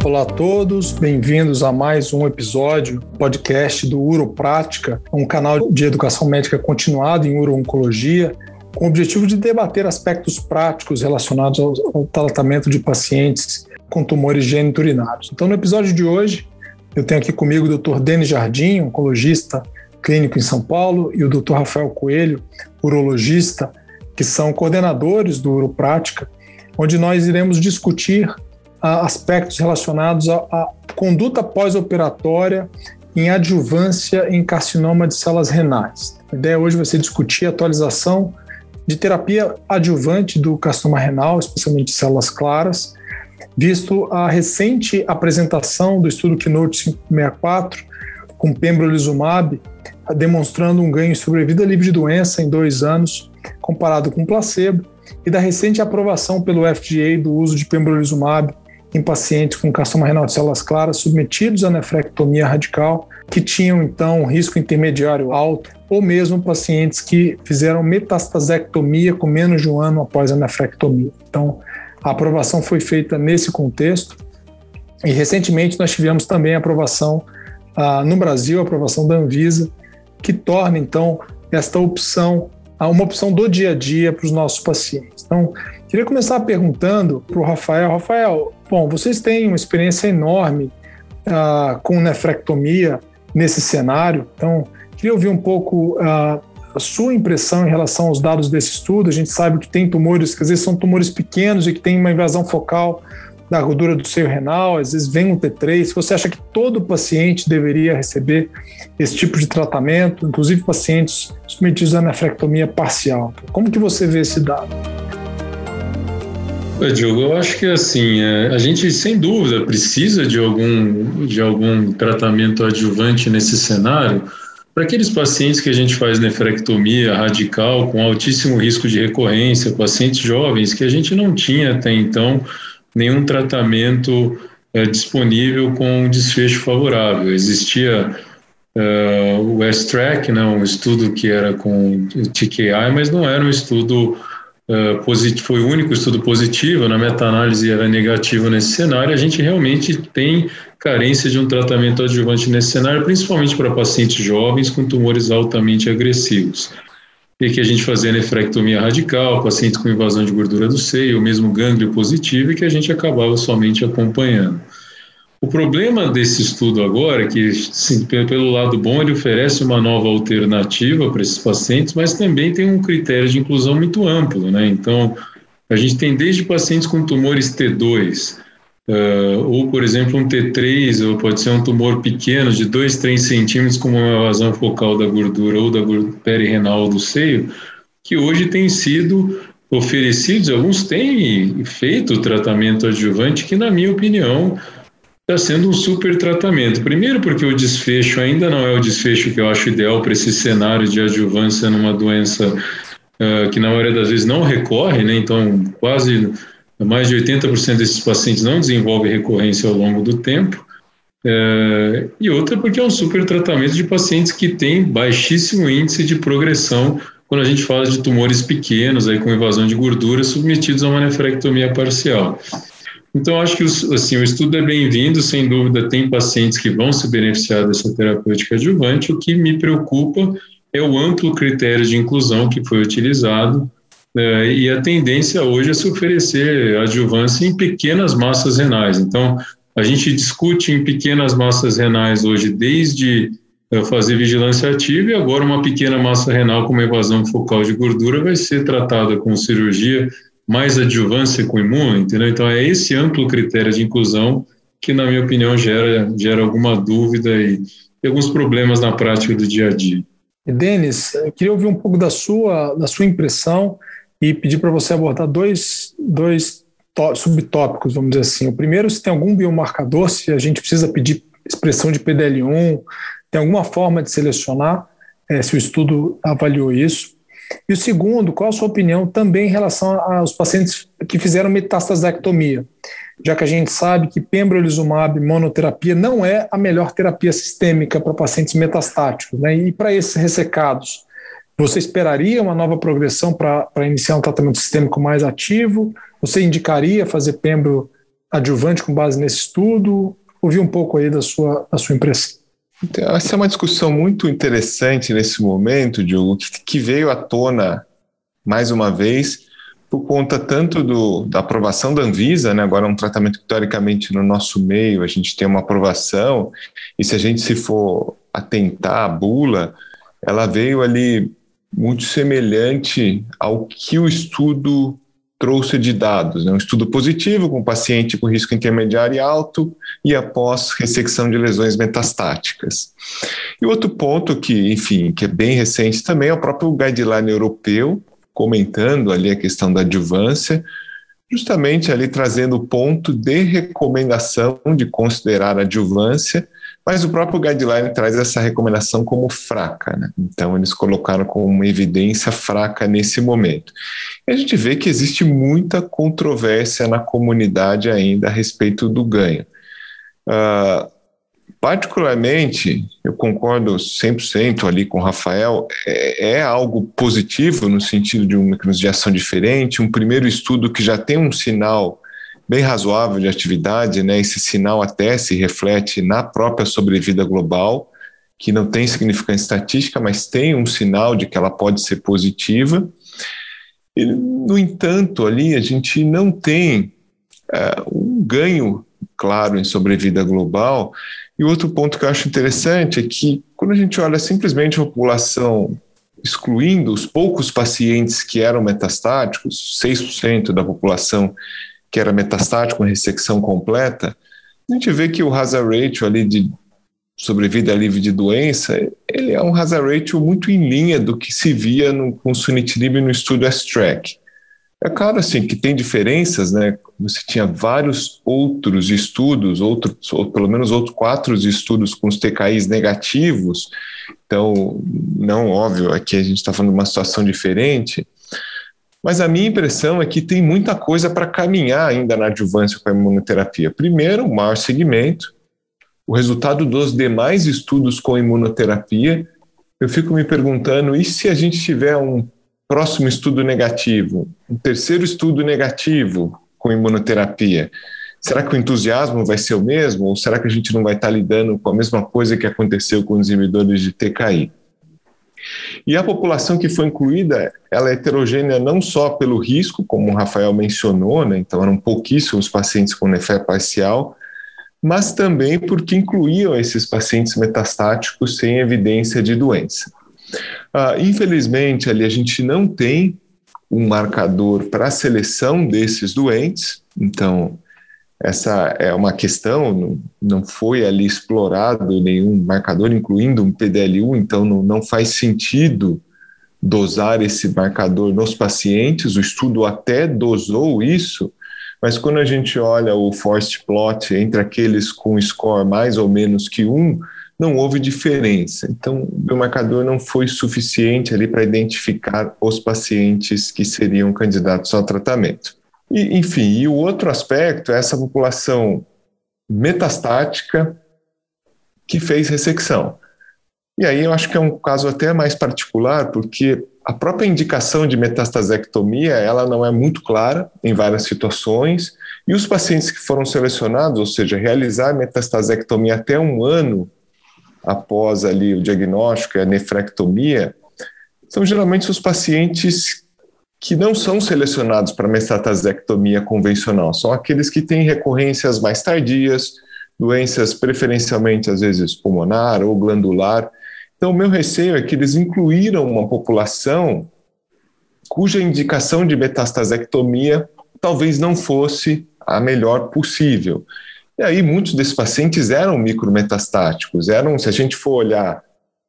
Olá a todos, bem-vindos a mais um episódio do podcast do Uroprática, um canal de educação médica continuada em uro-oncologia, com o objetivo de debater aspectos práticos relacionados ao tratamento de pacientes com tumores geniturinários. Então, no episódio de hoje, eu tenho aqui comigo o Dr. Denis Jardim, oncologista clínico em São Paulo, e o Dr. Rafael Coelho, urologista, que são coordenadores do Uroprática, onde nós iremos discutir aspectos relacionados à conduta pós-operatória em adjuvância em carcinoma de células renais. A ideia hoje vai ser discutir a atualização de terapia adjuvante do carcinoma renal, especialmente de células claras, visto a recente apresentação do estudo KEYNOTE-564 com pembrolizumab, demonstrando um ganho em sobrevida livre de doença em 2 anos, comparado com placebo, e da recente aprovação pelo FDA do uso de pembrolizumab em pacientes com carcinoma renal de células claras submetidos à nefrectomia radical, que tinham, então, risco intermediário alto, ou mesmo pacientes que fizeram metastasectomia com menos de 1 ano após a nefrectomia. Então, a aprovação foi feita nesse contexto, e recentemente nós tivemos também a aprovação no Brasil, a aprovação da Anvisa, que torna, então, esta opção uma opção do dia a dia para os nossos pacientes. Então, queria começar perguntando para o Rafael. Rafael, bom, vocês têm uma experiência enorme com nefrectomia nesse cenário, então queria ouvir um pouco a sua impressão em relação aos dados desse estudo. A gente sabe que tem tumores que às vezes são tumores pequenos e que tem uma invasão focal da gordura do seio renal, às vezes vem um T3. Se você acha que todo paciente deveria receber esse tipo de tratamento, inclusive pacientes submetidos à nefrectomia parcial, como que você vê esse dado? Diogo, eu acho que assim, a gente sem dúvida precisa de algum tratamento adjuvante nesse cenário para aqueles pacientes que a gente faz nefrectomia radical com altíssimo risco de recorrência, pacientes jovens que a gente não tinha até então nenhum tratamento disponível com um desfecho favorável. Existia o S-TRACK, né, um estudo que era com TKI, mas não era um estudo positivo, foi o único estudo positivo, na meta-análise era negativo nesse cenário. A gente realmente tem carência de um tratamento adjuvante nesse cenário, principalmente para pacientes jovens com tumores altamente agressivos. E que a gente fazia nefrectomia radical, pacientes com invasão de gordura do seio, ou mesmo gânglio positivo, e que a gente acabava somente acompanhando. O problema desse estudo agora é que, sim, pelo lado bom, ele oferece uma nova alternativa para esses pacientes, mas também tem um critério de inclusão muito amplo, né? Então, a gente tem desde pacientes com tumores T2, ou, por exemplo, um T3, ou pode ser um tumor pequeno de 2, 3 centímetros com uma evasão focal da gordura ou da perirenal do seio, que hoje têm sido oferecidos, alguns têm feito o tratamento adjuvante, que, na minha opinião, está sendo um super tratamento. Primeiro porque o desfecho ainda não é o desfecho que eu acho ideal para esse cenário de adjuvância numa doença que, na maioria das vezes, não recorre, né? Então, quase mais de 80% desses pacientes não desenvolvem recorrência ao longo do tempo. E outra porque é um super tratamento de pacientes que têm baixíssimo índice de progressão quando a gente fala de tumores pequenos, aí com invasão de gordura, submetidos a uma nefrectomia parcial. Então, acho que assim, o estudo é bem-vindo, sem dúvida tem pacientes que vão se beneficiar dessa terapêutica adjuvante. O que me preocupa é o amplo critério de inclusão que foi utilizado, e a tendência hoje é se oferecer adjuvância em pequenas massas renais. Então, a gente discute em pequenas massas renais hoje, desde fazer vigilância ativa, e agora uma pequena massa renal com uma evasão focal de gordura vai ser tratada com cirurgia, mais adjuvância com imuno, entendeu? Então, é esse amplo critério de inclusão que, na minha opinião, gera alguma dúvida e alguns problemas na prática do dia a dia. Denis, eu queria ouvir um pouco da sua impressão e pedir para você abordar dois subtópicos, vamos dizer assim. O primeiro, se tem algum biomarcador, se a gente precisa pedir expressão de PDL1, tem alguma forma de selecionar, se o estudo avaliou isso. E o segundo, qual a sua opinião também em relação aos pacientes que fizeram metastasectomia, já que a gente sabe que pembrolizumab monoterapia não é a melhor terapia sistêmica para pacientes metastáticos, né? E para esses ressecados, você esperaria uma nova progressão para iniciar um tratamento sistêmico mais ativo? Você indicaria fazer pembro adjuvante com base nesse estudo? Ouvi um pouco aí da sua impressão. Então, essa é uma discussão muito interessante nesse momento, Diogo, que veio à tona mais uma vez por conta tanto da aprovação da Anvisa, né? Agora é um tratamento que, teoricamente, no nosso meio a gente tem uma aprovação, e se a gente se for atentar à bula, ela veio ali muito semelhante ao que o estudo trouxe de dados, né? Um estudo positivo com paciente com risco intermediário e alto e após ressecção de lesões metastáticas. E outro ponto que é bem recente também é o próprio guideline europeu, comentando ali a questão da adjuvância, justamente ali trazendo o ponto de recomendação de considerar a adjuvância, mas o próprio guideline traz essa recomendação como fraca, né? Então eles colocaram como uma evidência fraca nesse momento. E a gente vê que existe muita controvérsia na comunidade ainda a respeito do ganho. Particularmente, eu concordo 100% ali com o Rafael, é algo positivo no sentido de um mecanismo de ação diferente, um primeiro estudo que já tem um sinal bem razoável de atividade, né? Esse sinal até se reflete na própria sobrevida global, que não tem significância estatística, mas tem um sinal de que ela pode ser positiva. E, no entanto, ali a gente não tem um ganho claro em sobrevida global. E outro ponto que eu acho interessante é que quando a gente olha simplesmente a população, excluindo os poucos pacientes que eram metastáticos, 6% da população que era metastático com ressecção completa, a gente vê que o hazard ratio ali de sobrevida livre de doença, ele é um hazard ratio muito em linha do que se via com sunitinib no estudo S-TRACK. É claro, assim, que tem diferenças, né? Você tinha vários outros estudos, ou pelo menos outros 4 estudos com os TKIs negativos, então, não, óbvio, aqui a gente está falando de uma situação diferente, mas a minha impressão é que tem muita coisa para caminhar ainda na adjuvância com a imunoterapia. Primeiro, o maior segmento, o resultado dos demais estudos com imunoterapia. Eu fico me perguntando, e se a gente tiver um próximo estudo negativo, um terceiro estudo negativo com imunoterapia? Será que o entusiasmo vai ser o mesmo? Ou será que a gente não vai estar lidando com a mesma coisa que aconteceu com os inibidores de TKI? E a população que foi incluída, ela é heterogênea não só pelo risco, como o Rafael mencionou, né? Então eram pouquíssimos pacientes com nefé parcial, mas também porque incluíam esses pacientes metastáticos sem evidência de doença. Infelizmente, ali a gente não tem um marcador para a seleção desses doentes, então essa é uma questão, não foi ali explorado nenhum marcador, incluindo um PDL1, então não faz sentido dosar esse marcador nos pacientes. O estudo até dosou isso, mas quando a gente olha o forced plot entre aqueles com score mais ou menos que 1, não houve diferença. Então, o biomarcador não foi suficiente ali para identificar os pacientes que seriam candidatos ao tratamento. E, enfim, e o outro aspecto é essa população metastática que fez ressecção. E aí eu acho que é um caso até mais particular, porque a própria indicação de metastasectomia, ela não é muito clara em várias situações, e os pacientes que foram selecionados, ou seja, realizar metastasectomia até 1 ano após ali o diagnóstico e a nefrectomia, são geralmente os pacientes que não são selecionados para metastasectomia convencional, são aqueles que têm recorrências mais tardias, doenças preferencialmente, às vezes, pulmonar ou glandular. Então, o meu receio é que eles incluíram uma população cuja indicação de metastasectomia talvez não fosse a melhor possível. E aí, muitos desses pacientes eram micrometastáticos, se a gente for olhar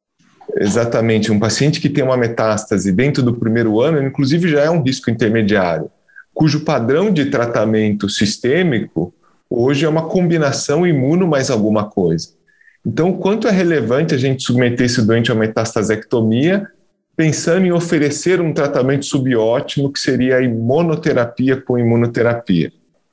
exatamente um paciente que tem uma metástase dentro do primeiro ano, inclusive já é um risco intermediário, cujo padrão de tratamento sistêmico hoje é uma combinação imuno mais alguma coisa. Então, o quanto é relevante a gente submeter esse doente a monotasectomia, pensando em oferecer um tratamento subótimo, que seria a imunoterapia com imunoterapia.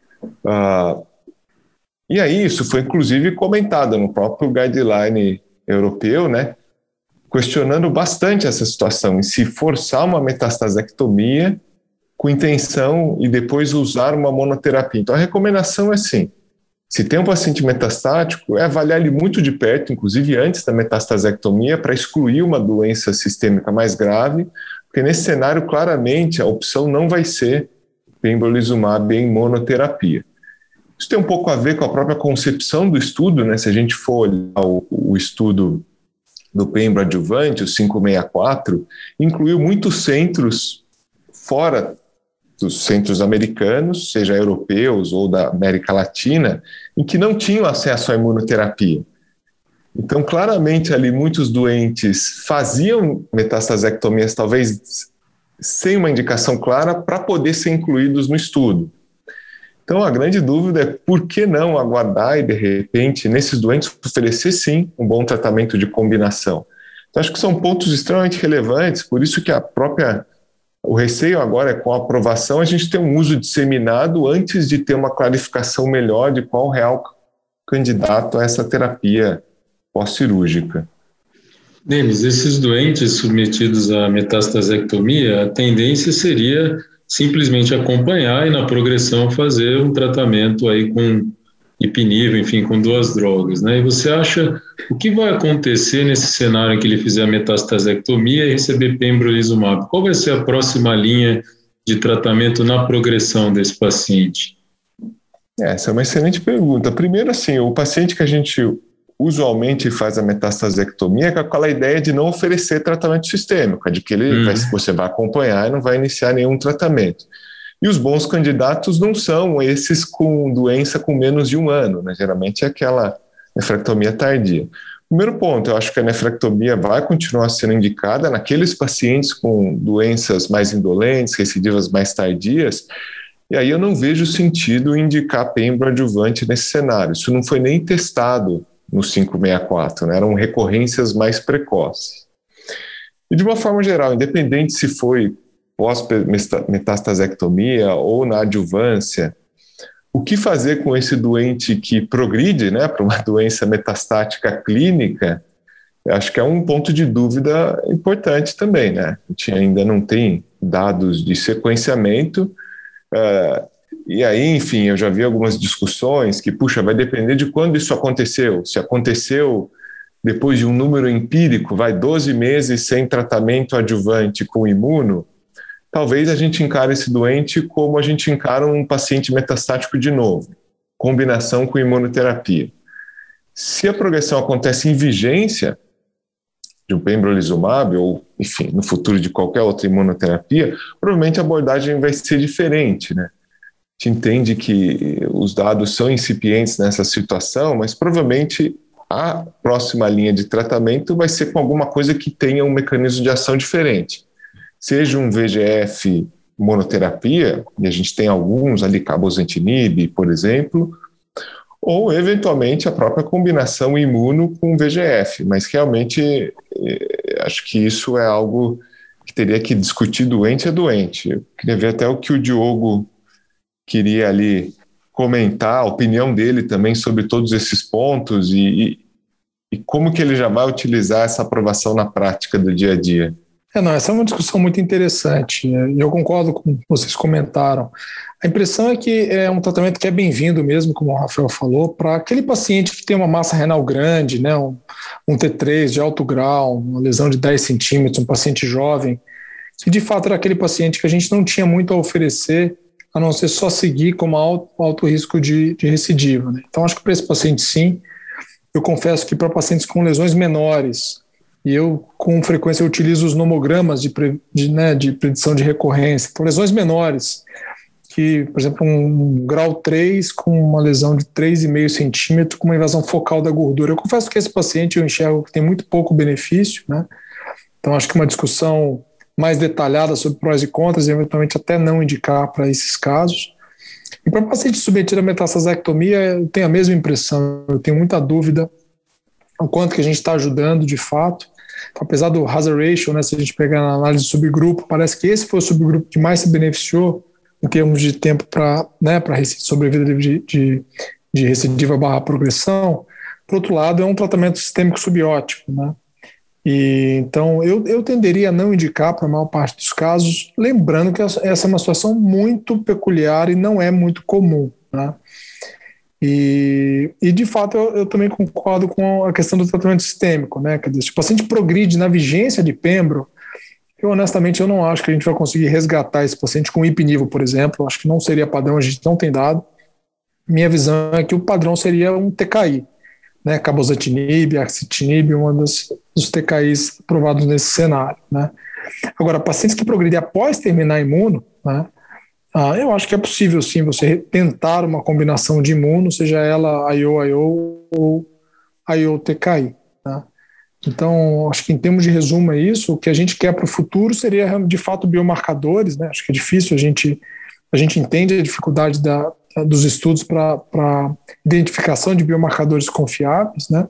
E aí, isso foi inclusive comentado no próprio guideline europeu, né? Questionando bastante essa situação, e se forçar uma metastasectomia com intenção e depois usar uma monoterapia. Então, a recomendação é sim, se tem um paciente metastático, é avaliar ele muito de perto, inclusive antes da metastasectomia, para excluir uma doença sistêmica mais grave, porque nesse cenário, claramente, a opção não vai ser pembrolizumab em monoterapia. Isso tem um pouco a ver com a própria concepção do estudo, né? Se a gente for olhar o estudo do pembro adjuvante, o 564, incluiu muitos centros fora dos centros americanos, seja europeus ou da América Latina, em que não tinham acesso à imunoterapia. Então, claramente, ali muitos doentes faziam metastasectomias, talvez sem uma indicação clara, para poder ser incluídos no estudo. Então, a grande dúvida é por que não aguardar e, de repente, nesses doentes, oferecer, sim, um bom tratamento de combinação. Então, acho que são pontos extremamente relevantes, por isso que o receio agora é com a aprovação, a gente ter um uso disseminado antes de ter uma clarificação melhor de qual o real candidato a essa terapia pós-cirúrgica. Demis, esses doentes submetidos à metastasectomia, a tendência seria simplesmente acompanhar e na progressão fazer um tratamento aí com ipinivo, enfim, com 2 drogas, né? E você acha, o que vai acontecer nesse cenário em que ele fizer a metastasectomia e receber pembrolizumab? Qual vai ser a próxima linha de tratamento na progressão desse paciente? Essa é uma excelente pergunta. Primeiro, assim, o paciente que a gente usualmente faz a metastasectomia com aquela ideia de não oferecer tratamento sistêmico, de que você vai acompanhar e não vai iniciar nenhum tratamento. E os bons candidatos não são esses com doença com menos de 1 ano, né? Geralmente é aquela nefrectomia tardia. Primeiro ponto, eu acho que a nefrectomia vai continuar sendo indicada naqueles pacientes com doenças mais indolentes, recidivas mais tardias, e aí eu não vejo sentido em indicar pembro adjuvante nesse cenário. Isso não foi nem testado no 564, né? Eram recorrências mais precoces. E de uma forma geral, independente se foi pós-metastasectomia ou na adjuvância, o que fazer com esse doente que progride, né, para uma doença metastática clínica, eu acho que é um ponto de dúvida importante também, né? A gente ainda não tem dados de sequenciamento, e aí, enfim, eu já vi algumas discussões que, vai depender de quando isso aconteceu. Se aconteceu depois de um número empírico, 12 meses sem tratamento adjuvante com imuno, talvez a gente encare esse doente como a gente encara um paciente metastático de novo, combinação com imunoterapia. Se a progressão acontece em vigência de um pembrolizumab ou, enfim, no futuro de qualquer outra imunoterapia, provavelmente a abordagem vai ser diferente, né? A gente entende que os dados são incipientes nessa situação, mas provavelmente a próxima linha de tratamento vai ser com alguma coisa que tenha um mecanismo de ação diferente. Seja um VEGF monoterapia, e a gente tem alguns ali, cabozantinib, por exemplo, ou eventualmente a própria combinação imuno com VEGF, mas realmente acho que isso é algo que teria que discutir doente a doente. Eu queria ver até o que o Diogo queria ali comentar, a opinião dele também sobre todos esses pontos e como que ele já vai utilizar essa aprovação na prática do dia a dia. Essa é uma discussão muito interessante, e eu concordo com o que vocês comentaram. A impressão é que é um tratamento que é bem-vindo mesmo, como o Rafael falou, para aquele paciente que tem uma massa renal grande, né, um T3 de alto grau, uma lesão de 10 centímetros, um paciente jovem, que de fato era aquele paciente que a gente não tinha muito a oferecer, a não ser só seguir como alto risco de recidiva, né? Então, acho que para esse paciente, sim. Eu confesso que para pacientes com lesões menores, e eu, com frequência, utilizo os nomogramas de predição de recorrência. Então, lesões menores, que, por exemplo, um grau 3 com uma lesão de 3,5 centímetros com uma invasão focal da gordura. Eu confesso que esse paciente eu enxergo que tem muito pouco benefício, né? Então, acho que uma discussão mais detalhada sobre prós e contras, e eventualmente até não indicar para esses casos. E para paciente submetido à metastasectomia, eu tenho a mesma impressão, eu tenho muita dúvida o quanto que a gente está ajudando de fato. Apesar do hazard ratio, né, se a gente pegar na análise de subgrupo, parece que esse foi o subgrupo que mais se beneficiou em termos de tempo para sobrevida de recidiva / progressão. Por outro lado, é um tratamento sistêmico subiótico, né? E então eu tenderia a não indicar para a maior parte dos casos, lembrando que essa é uma situação muito peculiar e não é muito comum, né? E de fato eu também concordo com a questão do tratamento sistêmico, né? Quer dizer, se o paciente progride na vigência de pembro, honestamente eu não acho que a gente vai conseguir resgatar esse paciente com ipinivo, por exemplo. Acho que não seria padrão, a gente não tem dado. Minha visão é que o padrão seria um TKI, né? Cabozantinib, axitinib, dos TKIs aprovados nesse cenário, né? Agora, pacientes que progridem após terminar imuno, né? Eu acho que é possível sim você tentar uma combinação de imuno, seja ela IO ou IO-TKI, né? Então, acho que em termos de resumo é isso. O que a gente quer para o futuro seria, de fato, biomarcadores, né? Acho que é difícil, a gente entende a dificuldade dos estudos para identificação de biomarcadores confiáveis, né?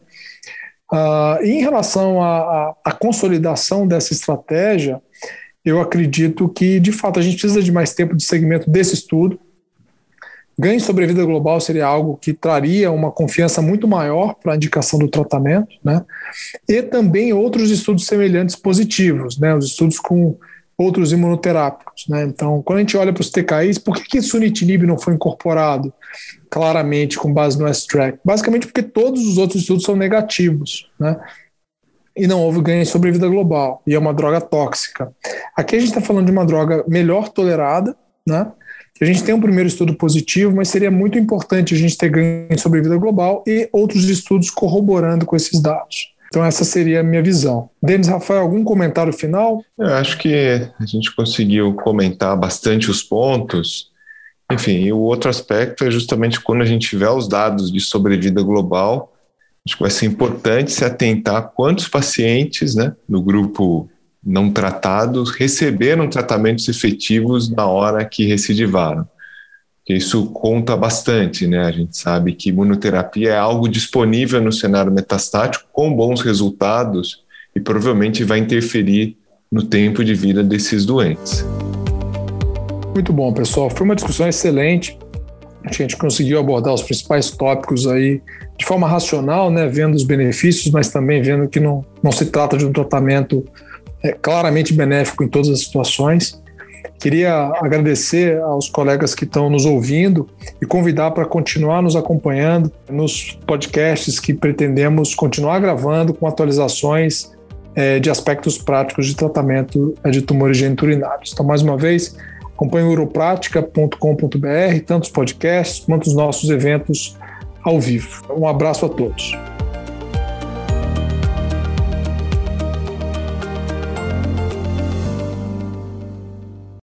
E em relação à consolidação dessa estratégia, eu acredito que, de fato, a gente precisa de mais tempo de segmento desse estudo. Ganho em sobrevida global seria algo que traria uma confiança muito maior para a indicação do tratamento, né? E também outros estudos semelhantes positivos, né? Os estudos com outros imunoterápicos, né? Então, quando a gente olha para os TKIs, por que sunitinib não foi incorporado claramente com base no S-TRACK? Basicamente porque todos os outros estudos são negativos, né? E não houve ganho em sobrevida global, e é uma droga tóxica. Aqui a gente está falando de uma droga melhor tolerada, né? A gente tem um primeiro estudo positivo, mas seria muito importante a gente ter ganho em sobrevida global e outros estudos corroborando com esses dados. Então essa seria a minha visão. Denis, Rafael, algum comentário final? Eu acho que a gente conseguiu comentar bastante os pontos. Enfim, e o outro aspecto é justamente quando a gente tiver os dados de sobrevida global, acho que vai ser importante se atentar a quantos pacientes, né, no grupo não tratados receberam tratamentos efetivos na hora que recidivaram. Porque isso conta bastante, né? A gente sabe que imunoterapia é algo disponível no cenário metastático com bons resultados e provavelmente vai interferir no tempo de vida desses doentes. Muito bom, pessoal. Foi uma discussão excelente. A gente conseguiu abordar os principais tópicos aí de forma racional, né? Vendo os benefícios, mas também vendo que não se trata de um tratamento claramente benéfico em todas as situações. Queria agradecer aos colegas que estão nos ouvindo e convidar para continuar nos acompanhando nos podcasts que pretendemos continuar gravando com atualizações de aspectos práticos de tratamento de tumores geniturinários. Então, mais uma vez, acompanhe o uropratica.com.br, tanto os podcasts quanto os nossos eventos ao vivo. Um abraço a todos.